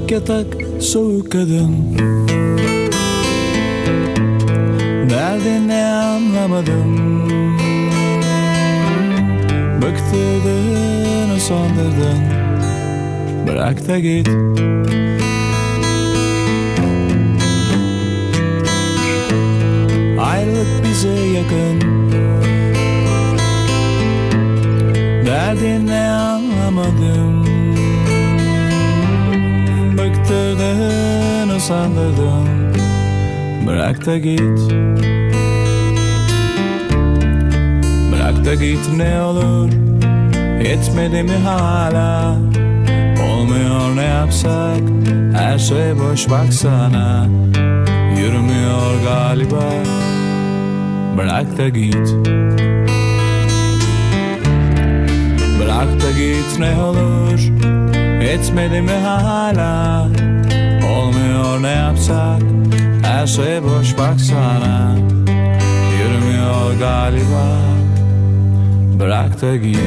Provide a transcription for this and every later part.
Sıcak yatak, soğuk kadın. Derdini anlamadım. Bıktırdın, usandırdın. Bırak da git. Ayrılık bize yakın. Derdini anlamadım. Bıktırdın, usandırdın. Bırak da git. Bırak da git ne olur. Yetmedi mi hala? Olmuyor ne yapsak? Her şey boş baksana. Yürümüyor galiba. Bırak da git. Bırak da git ne olur. Yetmedi mi hala? Olmuyor ne yapsak? Her şey boş baksana. Yürümüyor galiba. Bırak da git.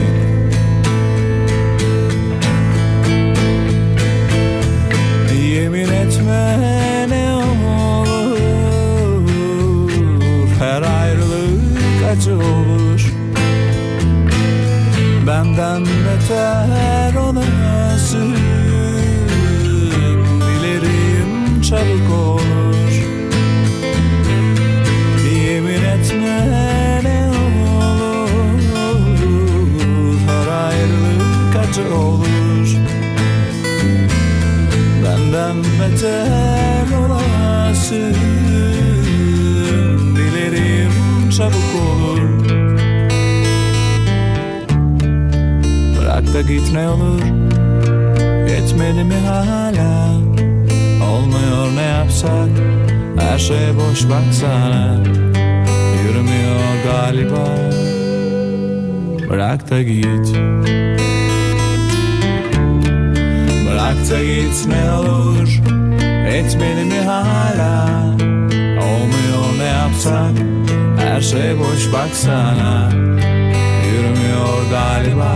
Yemin etme ne olur. Her ayrılık acı olur. Benden beter olasın. Dilerim çabuk olur. Yemin etme ne olur. Her ayrılık acı olur. Benden beter olasın. Dilerim çabuk olur. Bırak da git ne olur. Yetmedi mi hala? Olmuyor ne yapsak? Her şey boş baksana. Yürümüyor galiba. Bırak da git. Bırak da git ne olur. Etmeli mi hala? Olmuyor ne yapsak? Her şey boş baksana. Yürümüyor galiba.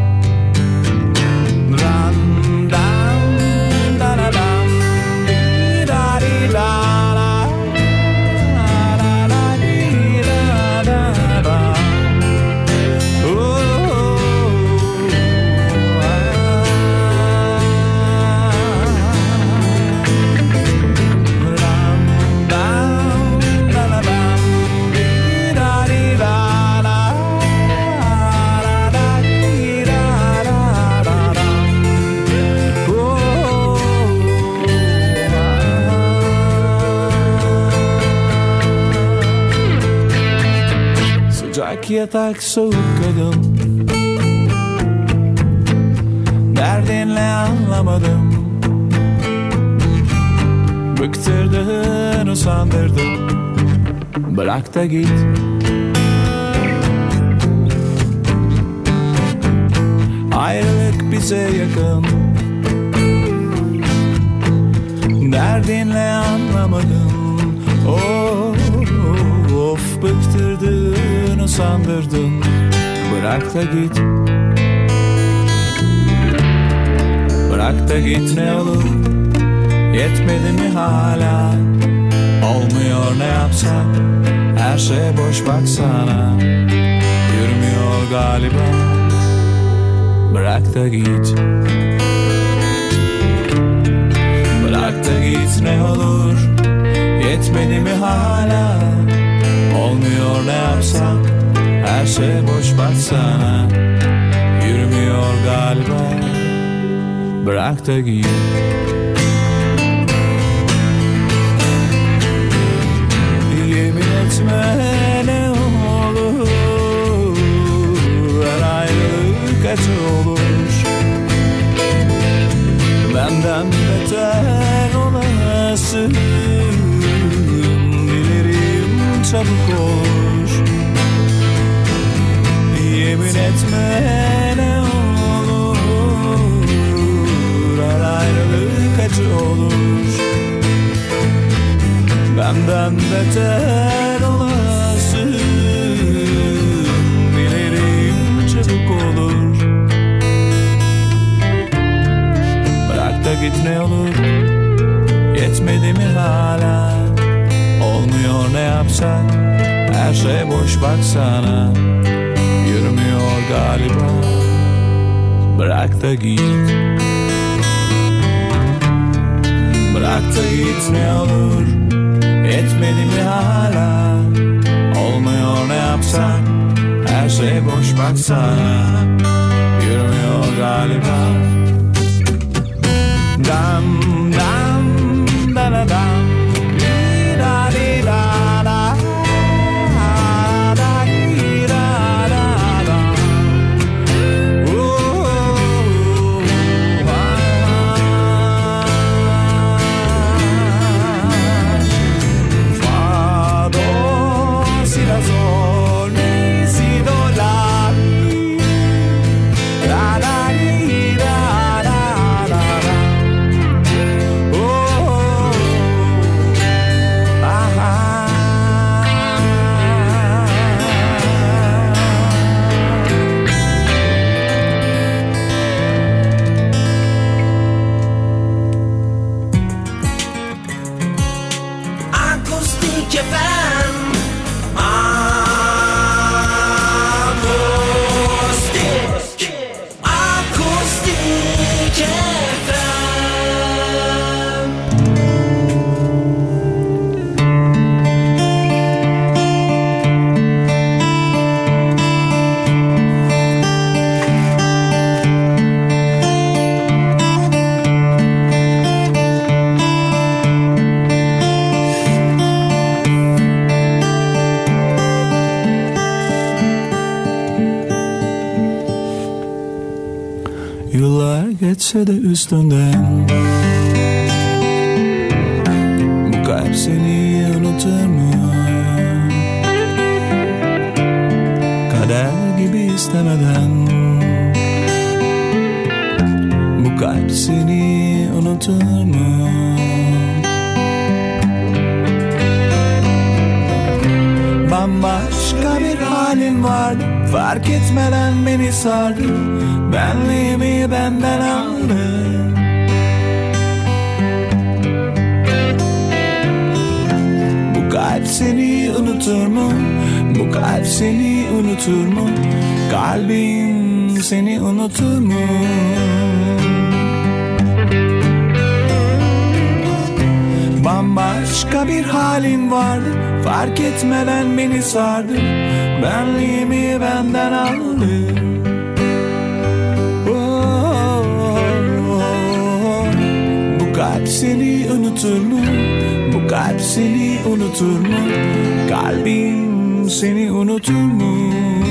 Sıcak yatak, soğuk kadın. Derdinle anlamadım. Bıktırdın, usandırdın. Bırak da git. Ayrılık bize yakın. Derdinle anlamadım. Of, bıktırdın, usandırdın. Bırak da git. Bırak da git ne olur. Yetmedi mi hala? Olmuyor ne yapsak? Her şey boş baksana. Yürümüyor galiba. Bırak da git. Bırak da git ne olur. Yetmedi mi hala? Olmuyor ne yapsak? Her şey boş baksana. Yürümüyor galiba. Bırak da git. Yemin etme ne olur. Her ayrılık acı olur. Benden beter olasın. Dilerim çabuk olur. Yemin etme ne olur. Her ayrılık acı olur. Benden beter olasın. Dilerim çabuk olur. Bırak da git ne olur. baksana, yürümüyor galiba. Bırak da git, bırak da git ne olur. Etmedi mi hala? Olmuyor ne yapsak? Her şey boş baksana, yürümüyor galiba. Dam dam da da dam, di da di da da, da di da da da. Fa do si la sol mi si do la mi, da da di da da da da. Akustik FM, Akustik FM. Yıllar geçse de üstünden, bu kalp seni unutur mu? Kader gibi istemeden, bu kalp seni unutur mu? Bambaşka bir halin vardı, fark etmeden beni sardı. Benliğimi benden aldı. Bu kalp seni unutur mu? Bu kalp seni unutur mu? Kalbim seni unutur mu? Bambaşka bir halin vardı, fark etmeden beni sardı. Benliğimi benden aldı. Bu kalp seni unutur mu? Bu kalp seni unutur mu? Kalbim seni unutur mu?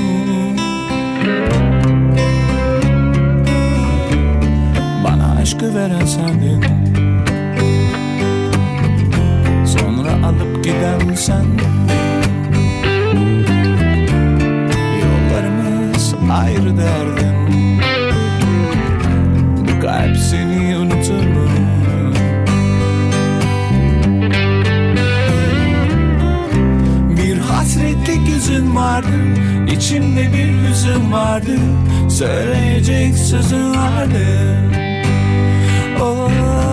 Bana aşkı veren sendin, sonra alıp giden sendin. Yollarımız ayrı derdin. Bu kalp seni unutur mu? Bir hasretlik yüzün vardı, içimde bir hüzün vardı, söyleyecek sözün vardı. Oh,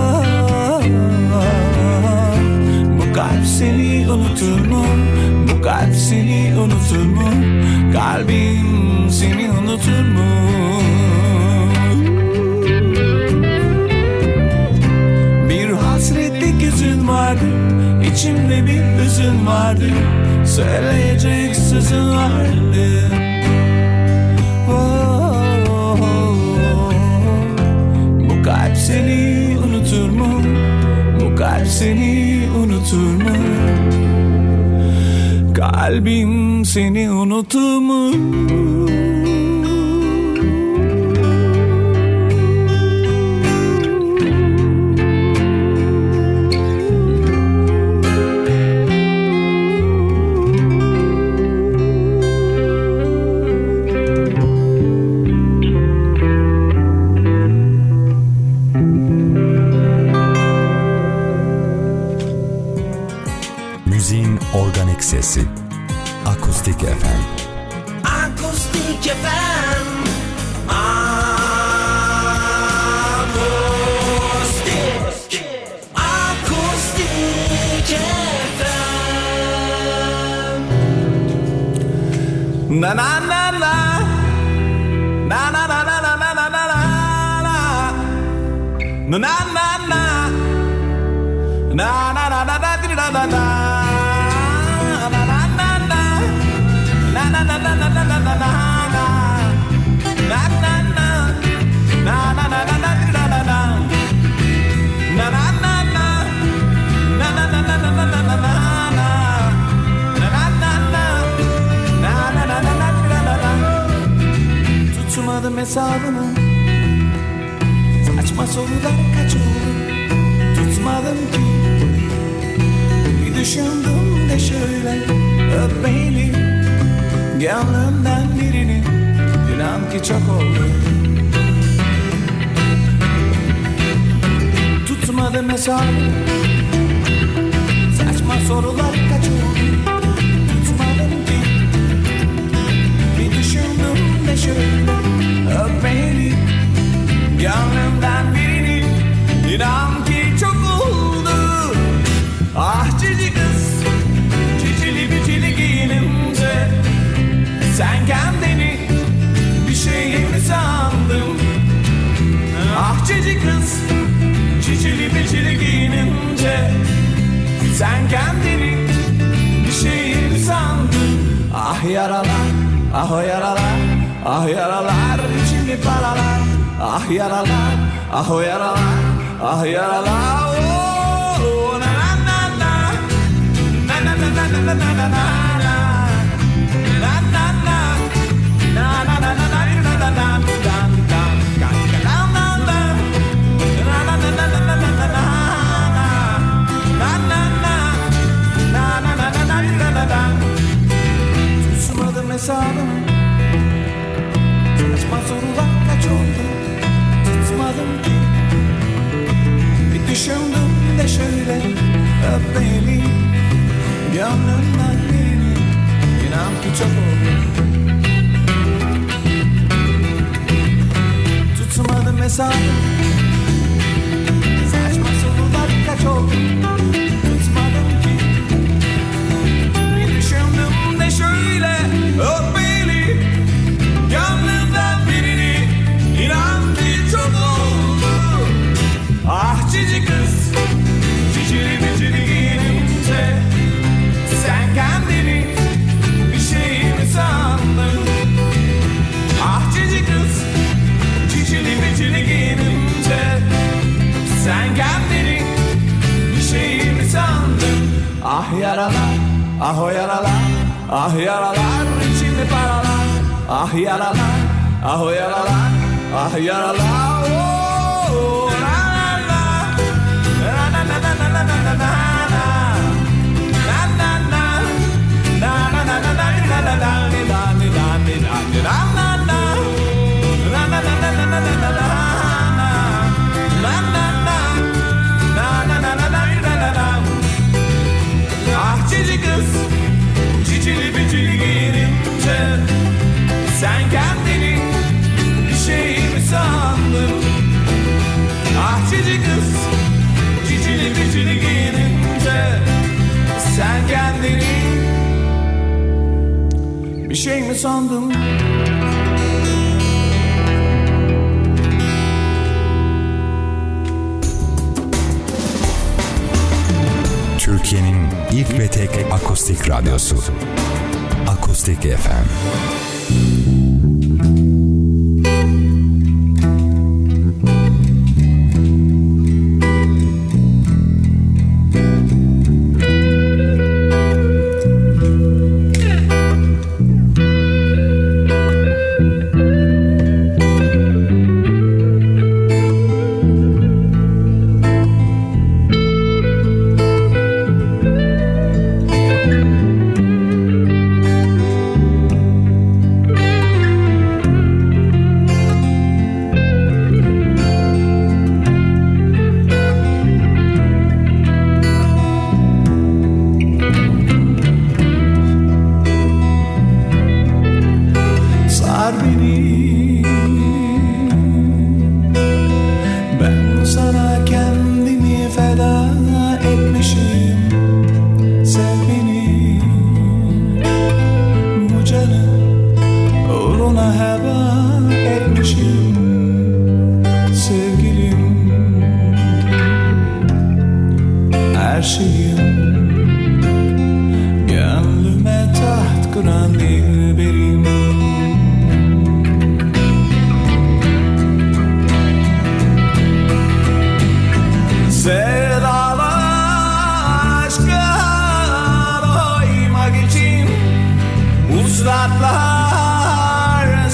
bu kalp seni unutur mu? Bu kalp seni unutur mu? Kalbim seni unutur mu? Bir hasretlik yüzün vardı, içimde bir hüzün vardı, söyleyecek sözün vardı. Oh, bu kalp seni unutur mu? Bu kalp seni unutur mu? Kalbim seni unutur mu? Müziğin organik sesi Akustik FM. Akustik FM. Akustik FM. Na na na na. Na na na na na na na na na. Na na na na. Na na na na na na na na. Na na na na. Na na na na na na na na. Na na na. Na na na na na na na na. Na na na na. Na na na na na na na na. Tutmadım hesabını, saçma sorular kaç oldu. Tutmadım ki, bir düşündüm de şöyle. Öp beni, gönlümden birini, inan ki çok oldu. Tutmadım hesabını, saçma sorular kaç oldu. Tutmadım ki, bir düşündüm de şöyle. Öp beni, gönlümden birini, inan ki çok oldu. Ah cici kız, cicili bicili giyinince, sen kendini bir şey mi sandın? Ah cici kız, cicili bicili giyinince, sen kendini bir şey mi sandın? Ah yaralar, ah o yaralar. Ah yaralar içimde paralar. Ah yaralar, ah o yaralar. Ah yaralar. Oh na na na na. Na na na na na na na na. Na na na. Na na na na na na na na. Tutmadım hesabımı, saçma sorular kaç oldu. Tutmadım ki, bir düşündüm de şöyle. Öp beni, gönlümden birini, inan ki çok oldu. Tutmadım hesabımı, saçma sorular kaç oldu. Tutmadım ki, bir düşündüm de şöyle. Öp beni, gönlümden birini, inan ki çok oldu. Ah cici kız, cicili bicili giyinince, sen kendini bir şey mi sandın? Ah cici kız, cicili bicili giyinince, sen kendini bir şey mi sandın? Ah yaralar, ah o yaralar. Ah yaralar içimde paralar. Ah yaralar, ah o yaralar. Ah yaralar. Oh la la la. La la la la la la la la. La la la. La la la la la la la la. La la la. La la la. La la la la la la la la. La la la. La la la la la la la. Ah cici kız, cicili bicili giyinince, sen kendini bir şey mi sandın? Ah cici kız, cicili bicili giyinince, sen kendini bir şey mi sandın? Türkiye'nin ilk ve tek akustik radyosu. Akustik FM.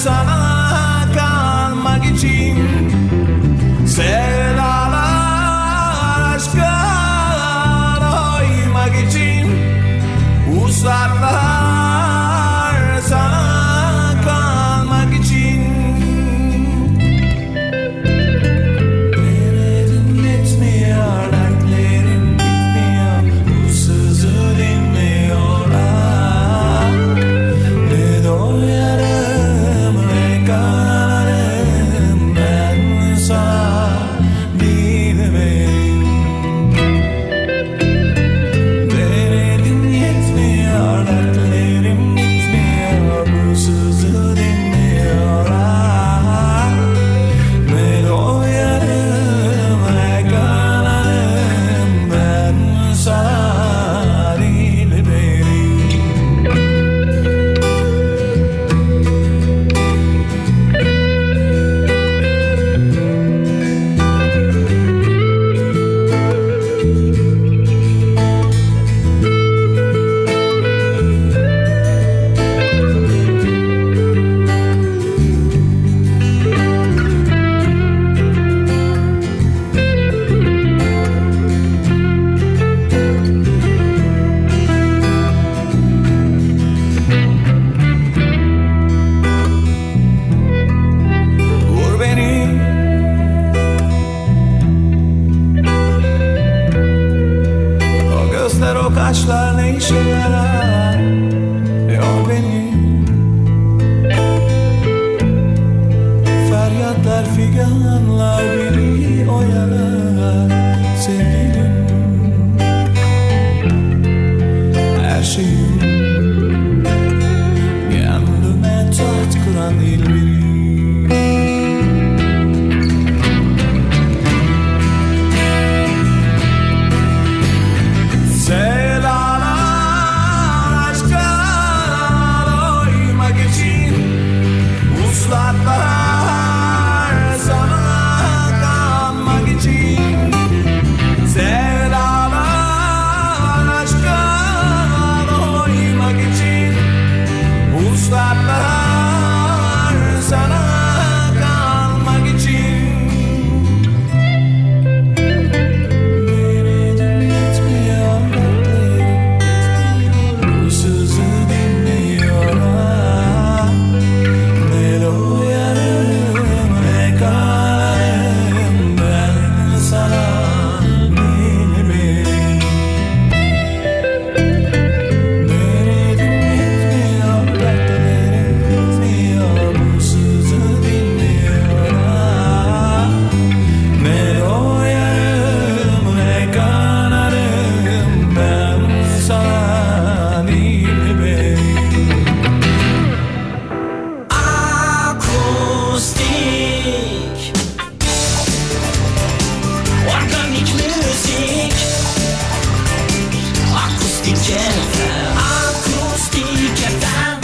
sana kalmak için sevdalar aşka doymak için uzaklar sana kalmak için denedim yetmiyor dertlerim bitmiyor bu sızı dinmiyor ne doyarım ne kanarım ben sana dilemedim denedim yetmiyor dertlerim bitmiyor bu sızı dinmiyor ne doyarım ne kanarım ben sana dilemedim. Vur beni o gözler o kaşlar ne işe yarar yor beni feryatlar figanlar beni oyalar sevgilim her şeyim gönlüme taht kuran dilberim. Sevdalar aşka doymak için uslatlar sana kalmak için sevdalar aşka doymak için uslatlar sana kalmak için denedim yetmiyor dertlerim bu sızı dinmiyor ne doyarım ne kanarım ben sana dilemedim denedim yetmiyor dertlerim bitmiyor bu sızı dinmiyor ne doyarım ne kanarım ben sana dilemedim. Akustik Organik müzik Akustik FM Akustik FM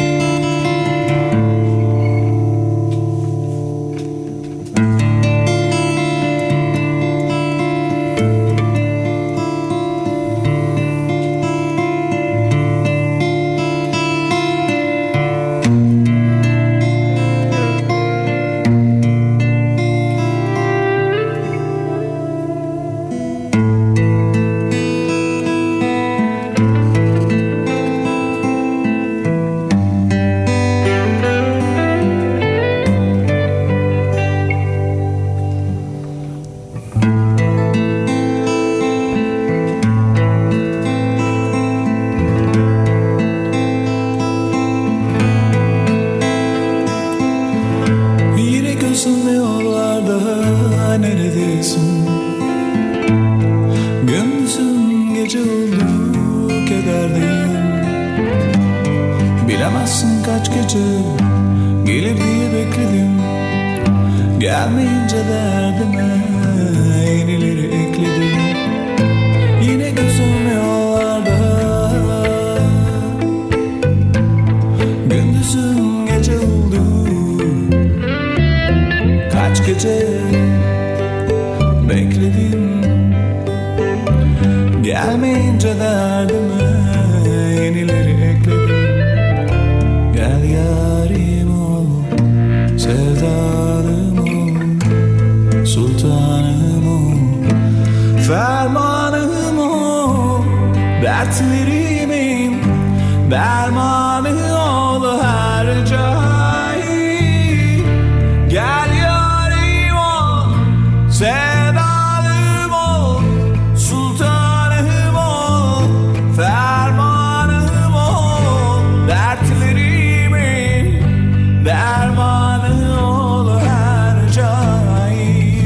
Yine gözüm yollarda neredesin? Gündüzüm gece oldu kederdeyim. Bilemezsin kaç gece gelir diye bekledim. Gelmeyince derdime yenileri ekledim. Yine gözüm yollarda gündüzüm gece oldu kaç gece bekledim. Gelmeyince derdime yenileri ekledim. Gel yarim ol Sevdalım ol, sultanım ol, fermanım ol, dertlerimin dermanı ol her cay. Gel yarim ol, sevdalım ol, sultanım ol, fermanım ol, dertlerimin dermanı ol her cay.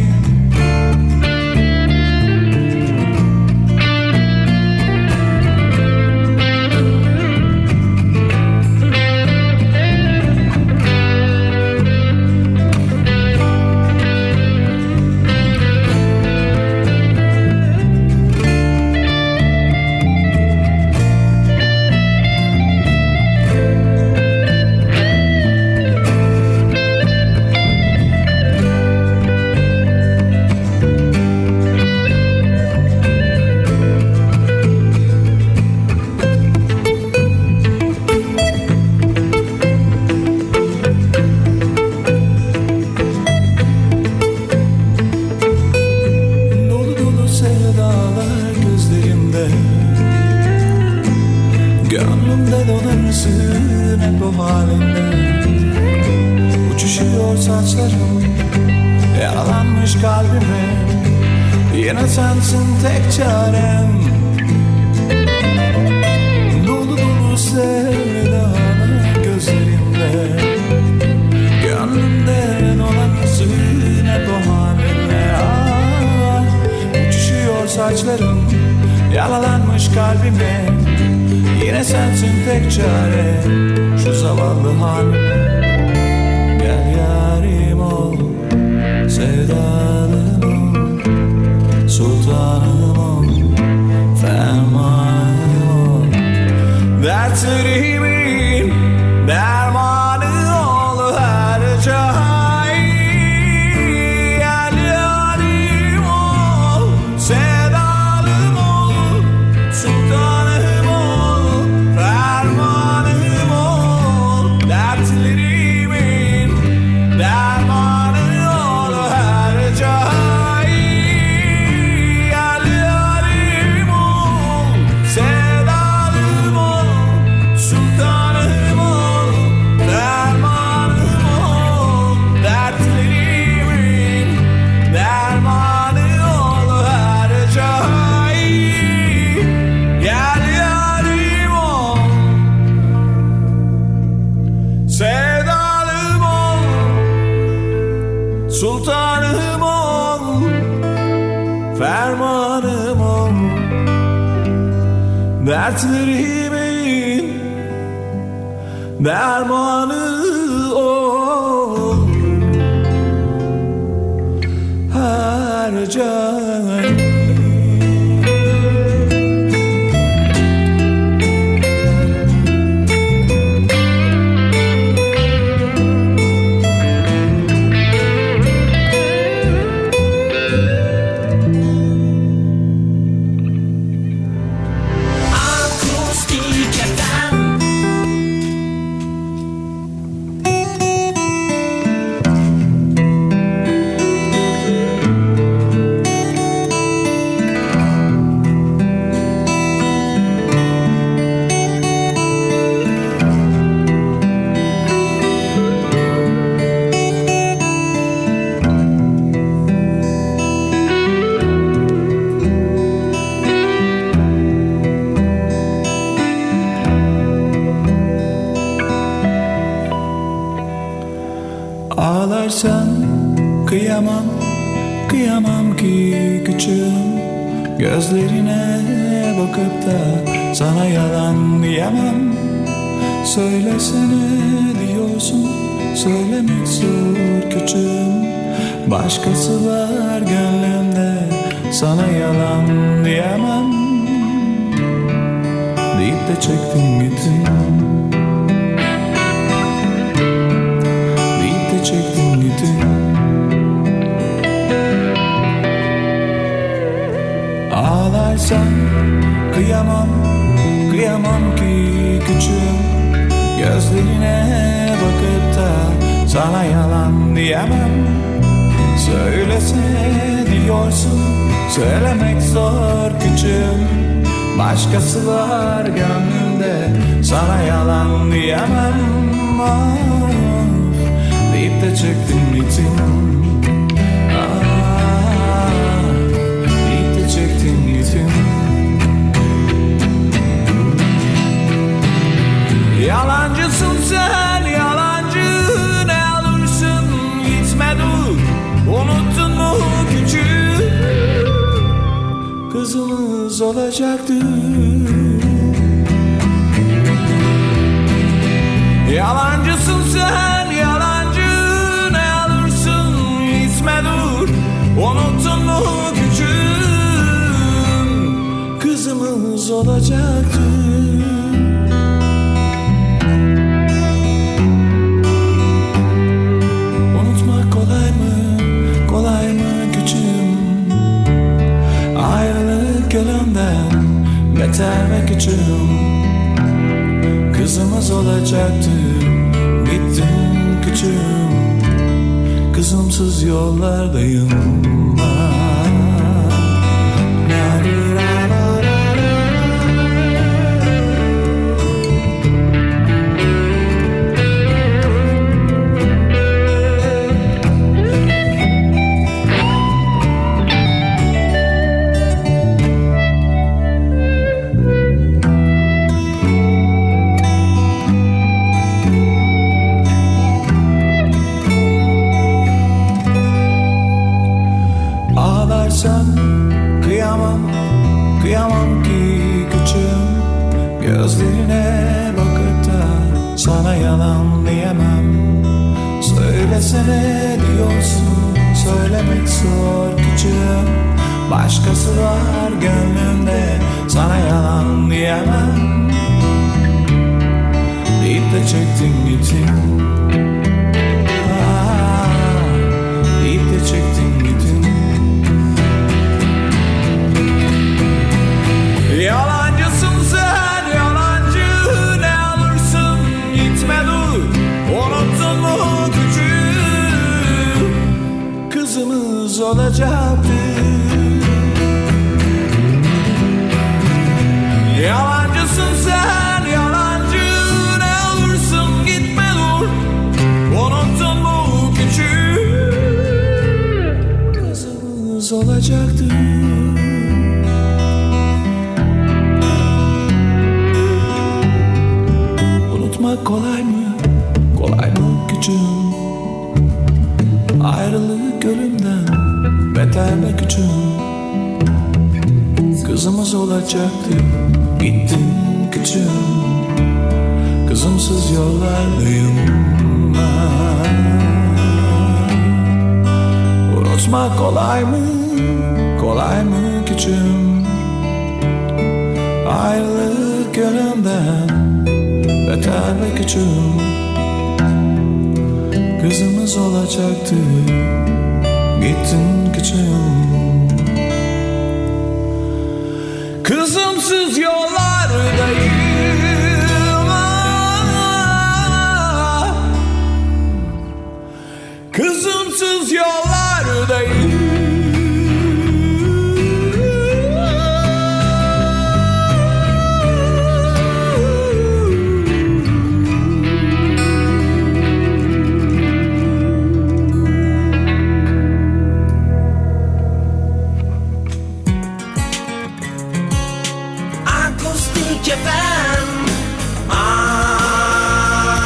Gönlümde dolanırsın hep o halinde. Uçuşuyor saçlarım, yaralanmış kalbime. Yine sensin tek çarem. Dolu dolu sevdalar gözlerimde. Gönlümde dolanırsın hep o halinde. Uçuşuyor saçlarım, yaralanmış kalbime. Yine sensin tek çare şu zavallı halime. Gel yarim ol, sevdalım ol, sultanım ol, fermanım ol, dertlerimin dermanı ol her cay. Gel yarim ol, sevdalım ol, sultanım ol, fermanım ol, dertlerimin dermanı ol her cay. Gel yarim ol, sevdalım ol, sultanım ol, fermanım ol, dertlerimin dermanı ol her cay. Gel yarim ol, sevdalım ol, sultanım ol, fermanım ol, dertlerimin dermanı ol her cay. Akustik FM. Ağlarsan kıyamam, kıyamam ki küçüğüm. Gözlerine bakıp da sana yalan diyemem. Söylesene diyorsun, söylemek zor küçüğüm. Başkası var gönlümde, sana yalan diyemem. Deyip de çektin gittin, deyip de çektin gittin. Ağlarsan kıyamam, kıyamam ki küçüğüm. Gözlerine bakıp da sana yalan diyemem. Söylesene diyorsun, söylemek zor küçüğüm. Başkası var gönlümde, sana yalan diyemem. Ah, deyip de çektim gittim. Ah, deyip de çektim gittim. Yalancısın sen, yalancı, ne alırsın gitme dur. Unuttun mu küçük kızımız olacaktı. Yalancısın sen, yalancı, ne alırsın gitme dur. Unuttun mu küçük kızımız olacaktı. Beter ve küçüğüm, kızımız olacaktı. Gittim küçüğüm, kızımsız yollardayım. Kıyamam, kıyamam ki küçüğüm. Gözlerine bakıp da sana yalan diyemem. Söylesene diyorsun, söylemek zor küçüğüm. Başkası var gönlümde, sana yalan diyemem. Deyip de çektim gittim. Ah, deyip de çektim gittim. Yalancısın sen, yalancı, ne alırsın gitme dur. Unuttun mu küçük kızımız olacaktı. Yalancısın sen, yalancı, ne alırsın gitme dur. Unuttun mu küçük kızımız olacaktı. Kolay mı, kolay mı küçüğüm? Ayrılık ölümden beter be küçüğüm. Kızımız olacaktı, gittin küçüğüm. Kızımsız yollardayım. Unutmak kolay mı, kolay mı küçüğüm? Ayrılık ölümden beter ve küçüğüm. Kızımız olacaktı, gittin küçüğüm. Kızımsız yollardayım. Ah, kızımsız yollardayım.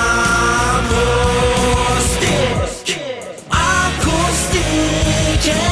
Acoustic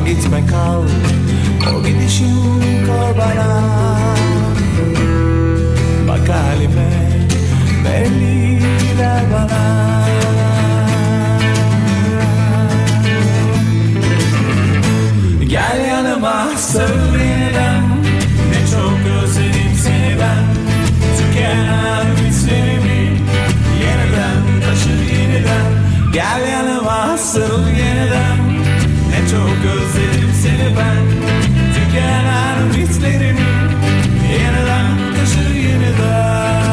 gitme kal, o gidişin kor bana. Bak halime, belliler bana. Gel yanıma sarıl yeniden, ne çok özledim seni ben. Tükenen ümitlerimi yeniden taşır yeniden. Gel yanıma sarıl yeniden, ne çok özledim seni ben. Tükenen ümitlerimi yeniden taşır yeniden.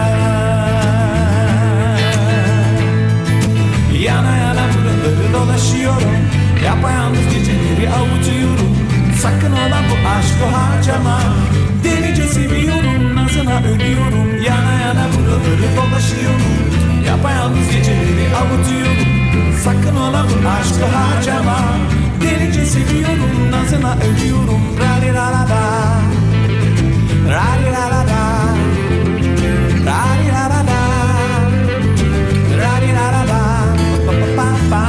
Yana yana buraları dolaşıyorum, yapayalnız geceleri avutuyorum. Sakın ola bu aşkı harcama, delice seviyorum, nazına ölüyorum. Yana yana buraları dolaşıyorum, yapayalnız geceleri avutuyorum. Sakın ola bu aşkı harcama, delice seviyorum, nazına ölüyorum. Rari rarada, rari rarada, rari rarada, rari rarada, pa pa pa pa.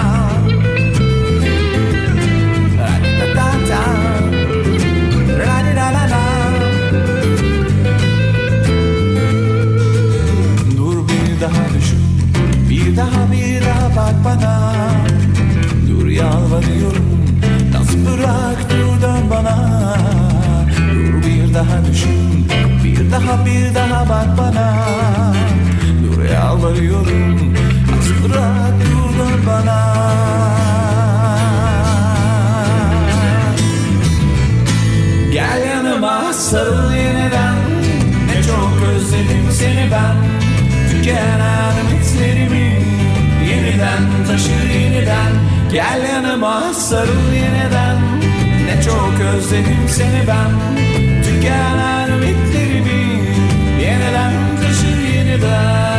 Dur bir daha düşün, bir daha bak bana. Dur yalvarıyorum, nasıl bırak dur dön bana. Dur bir daha düşün, bir daha bak bana. Dur yalvarıyorum, nasıl bırak dur dön bana. Gel yanıma sarıl yeniden, ne çok özledim seni ben. Tükenen ümitlerimi yeniden taşır yeniden. Gel yanıma sarıl yeniden, ne çok özledim seni ben. Tükenen ümitlerimi yeniden taşır yeniden.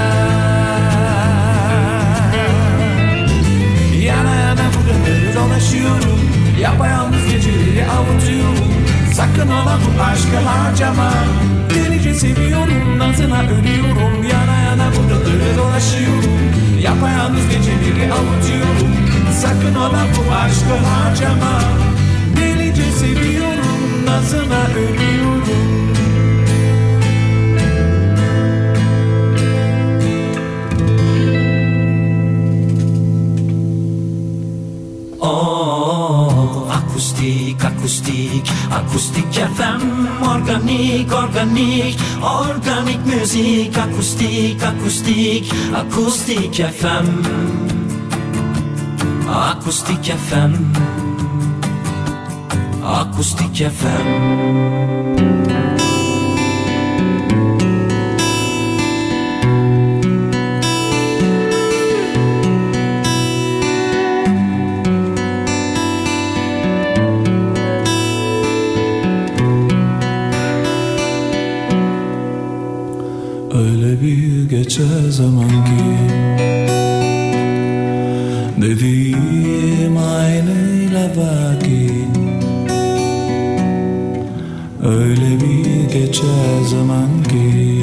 Yana yana buraları dolaşıyorum, yapayalnız geceleri avutuyorum. Sakın ola bu aşkı harcama, delice seviyorum, nazına ölüyorum. Yana yana buraları dolaşıyorum, yapayalnız geceleri avutuyorum. Sakın ola bu aşkı harcama, delice seviyorum, nazına ölüyorum. Akustik, akustik, akustik FM. Organik, organik, organik müzik. Akustik, akustik, akustik FM. Akustik FM. Akustik FM. Öyle bir geçer zaman ki dediğim aynıyla vaki. Öyle bir geçer zaman ki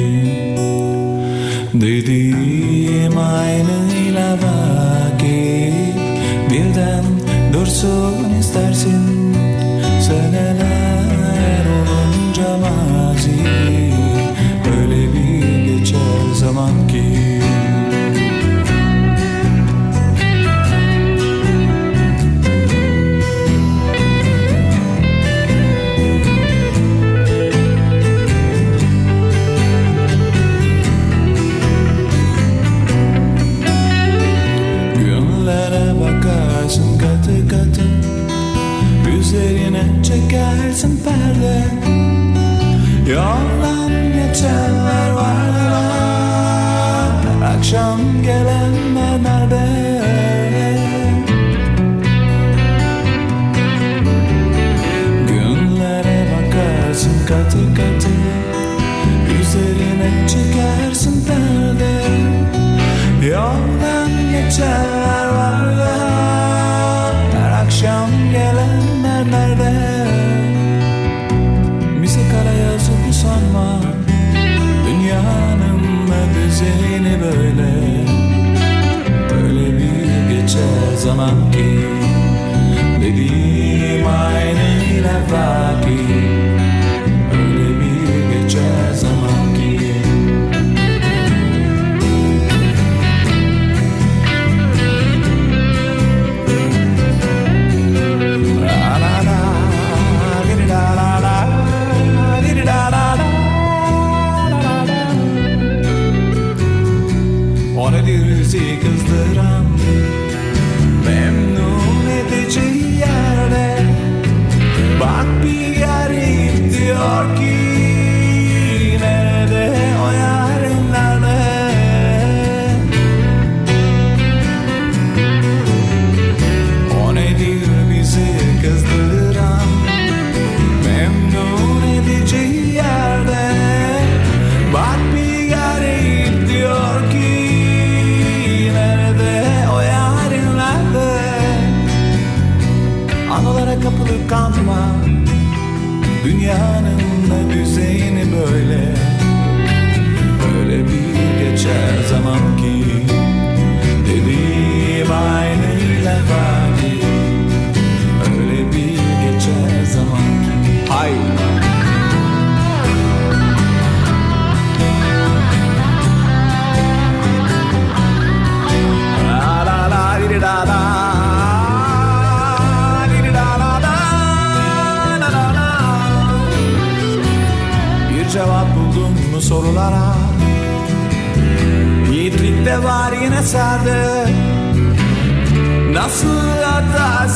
dediğim aynıyla vaki. Birden dursun istersin seneler olunca mazi. Öyle bir geçer zaman ki günlere bakarsın katı katı, üzerine çekersin perde. Yoldan geçenler var, akşam gelenler nerede? Günlere bakarsın katı katı, üzerine çekersin perde. Yoldan geçenler var, akşam gelenler nerede? Bize kara yazıp sanma, dünyanın düzeni böyle. Böyle bir geçer zaman ki dediğim kapılıp kanma. Dünyanın da düzeni böyle. Öyle bir geçer zaman ki dediğim aynıyla vadi. Öyle bir geçer zaman ki. Hayır. Bir cevap buldum mu sorulara? Yiğitlik de var yine sende. Nasıl hatta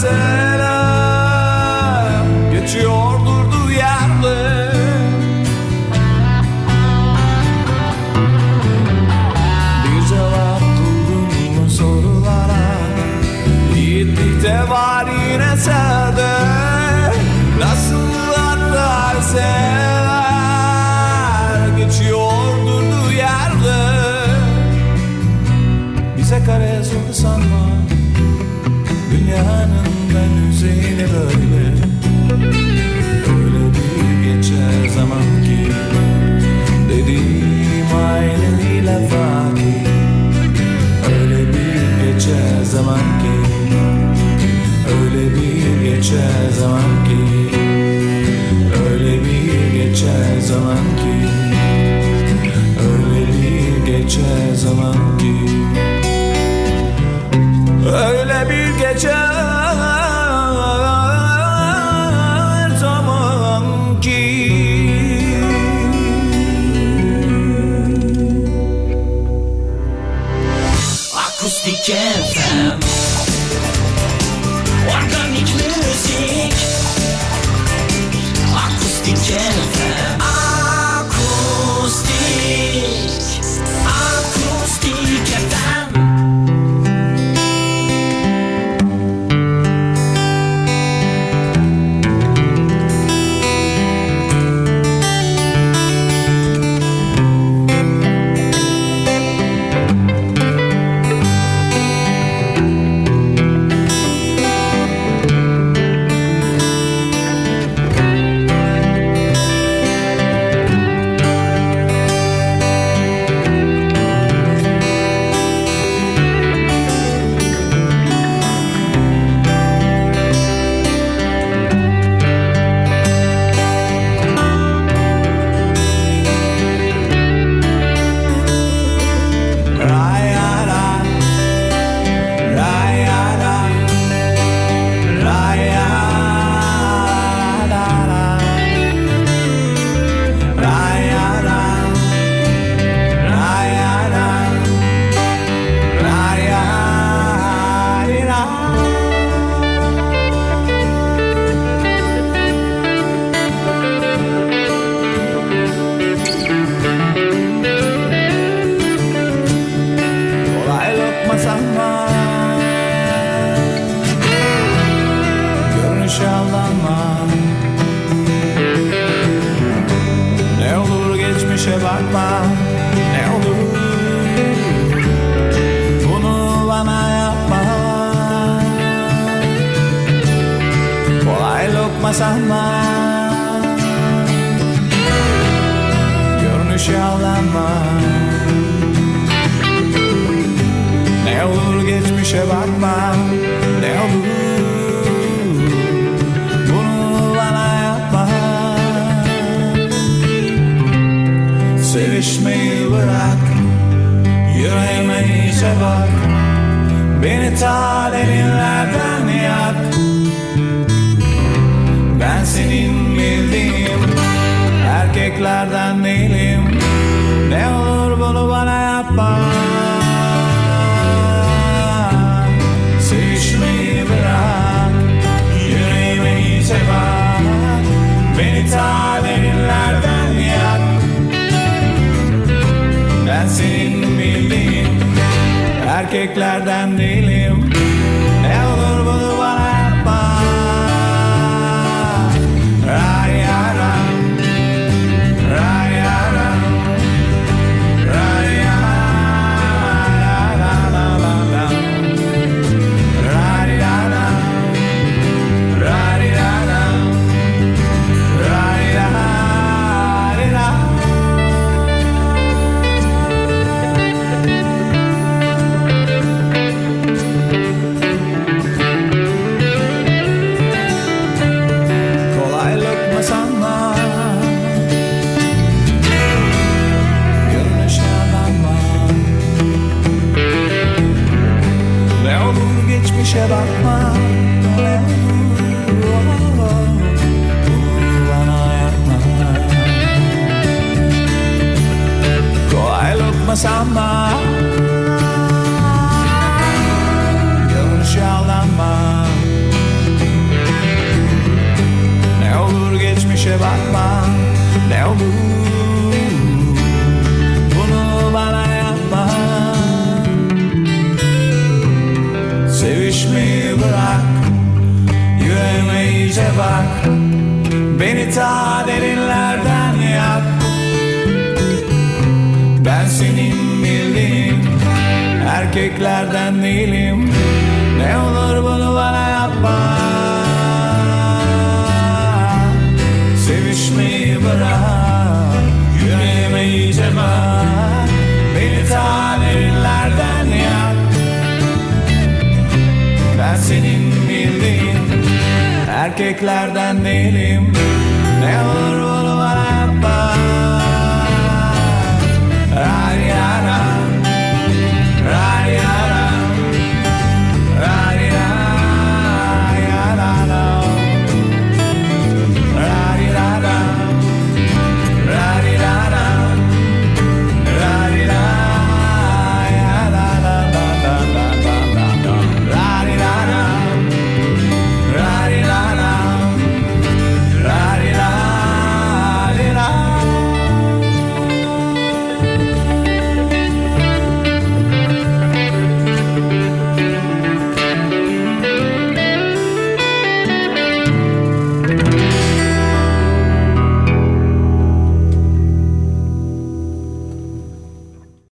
selam geçiyor durduğu yerde. Bir cevap buldum mu sorulara? Yiğitlik de var yine sende. Nasıl hatta selam geçiyor durduğu yerde. Bize kare yazıldı sanma. Dünyanın da düzeni böyle. Öyle bir geçer zaman ki dediğim aynıyla vaki. Öyle bir geçer zaman ki. Öyle bir geçer zaman ki. Öyle bir geçer zaman ki. Öyle bir geçer zaman ki. Öyle bir geçer zaman ki. Akustik FM, organik müzik. Akustik FM, akustik FM. Sevişmeyi bırak, yüreğime iyice bak. Beni talerinlerden yak. Ben senin bildiğin erkeklerden değilim. Ne olur bunu bana yapma. Sevişmeyi bırak, yüreğime iyice bak. Beni talerinlerden yak. Ben senin bildiğin erkeklerden değilim. Ne olur bunu bana yapma. Ray-ya-ram, ray-ya-ram, ray-ya-ra-la-la-la-la, ray-ya-ram, ray-ya-ram. iyice bakma. Ne olur bunu bana yapma. Sevişmeyi bırak, yüreğime iyice bak. Beni ta derinlerden yak. Ben senin bildiğin erkeklerden değilim. Ne olur bunu bana yapma. Sevişmeyi bırak, yüreğime iyice bak. Beni ta derinlerden yak. Ben senin bildiğin erkeklerden değilim. Ne olur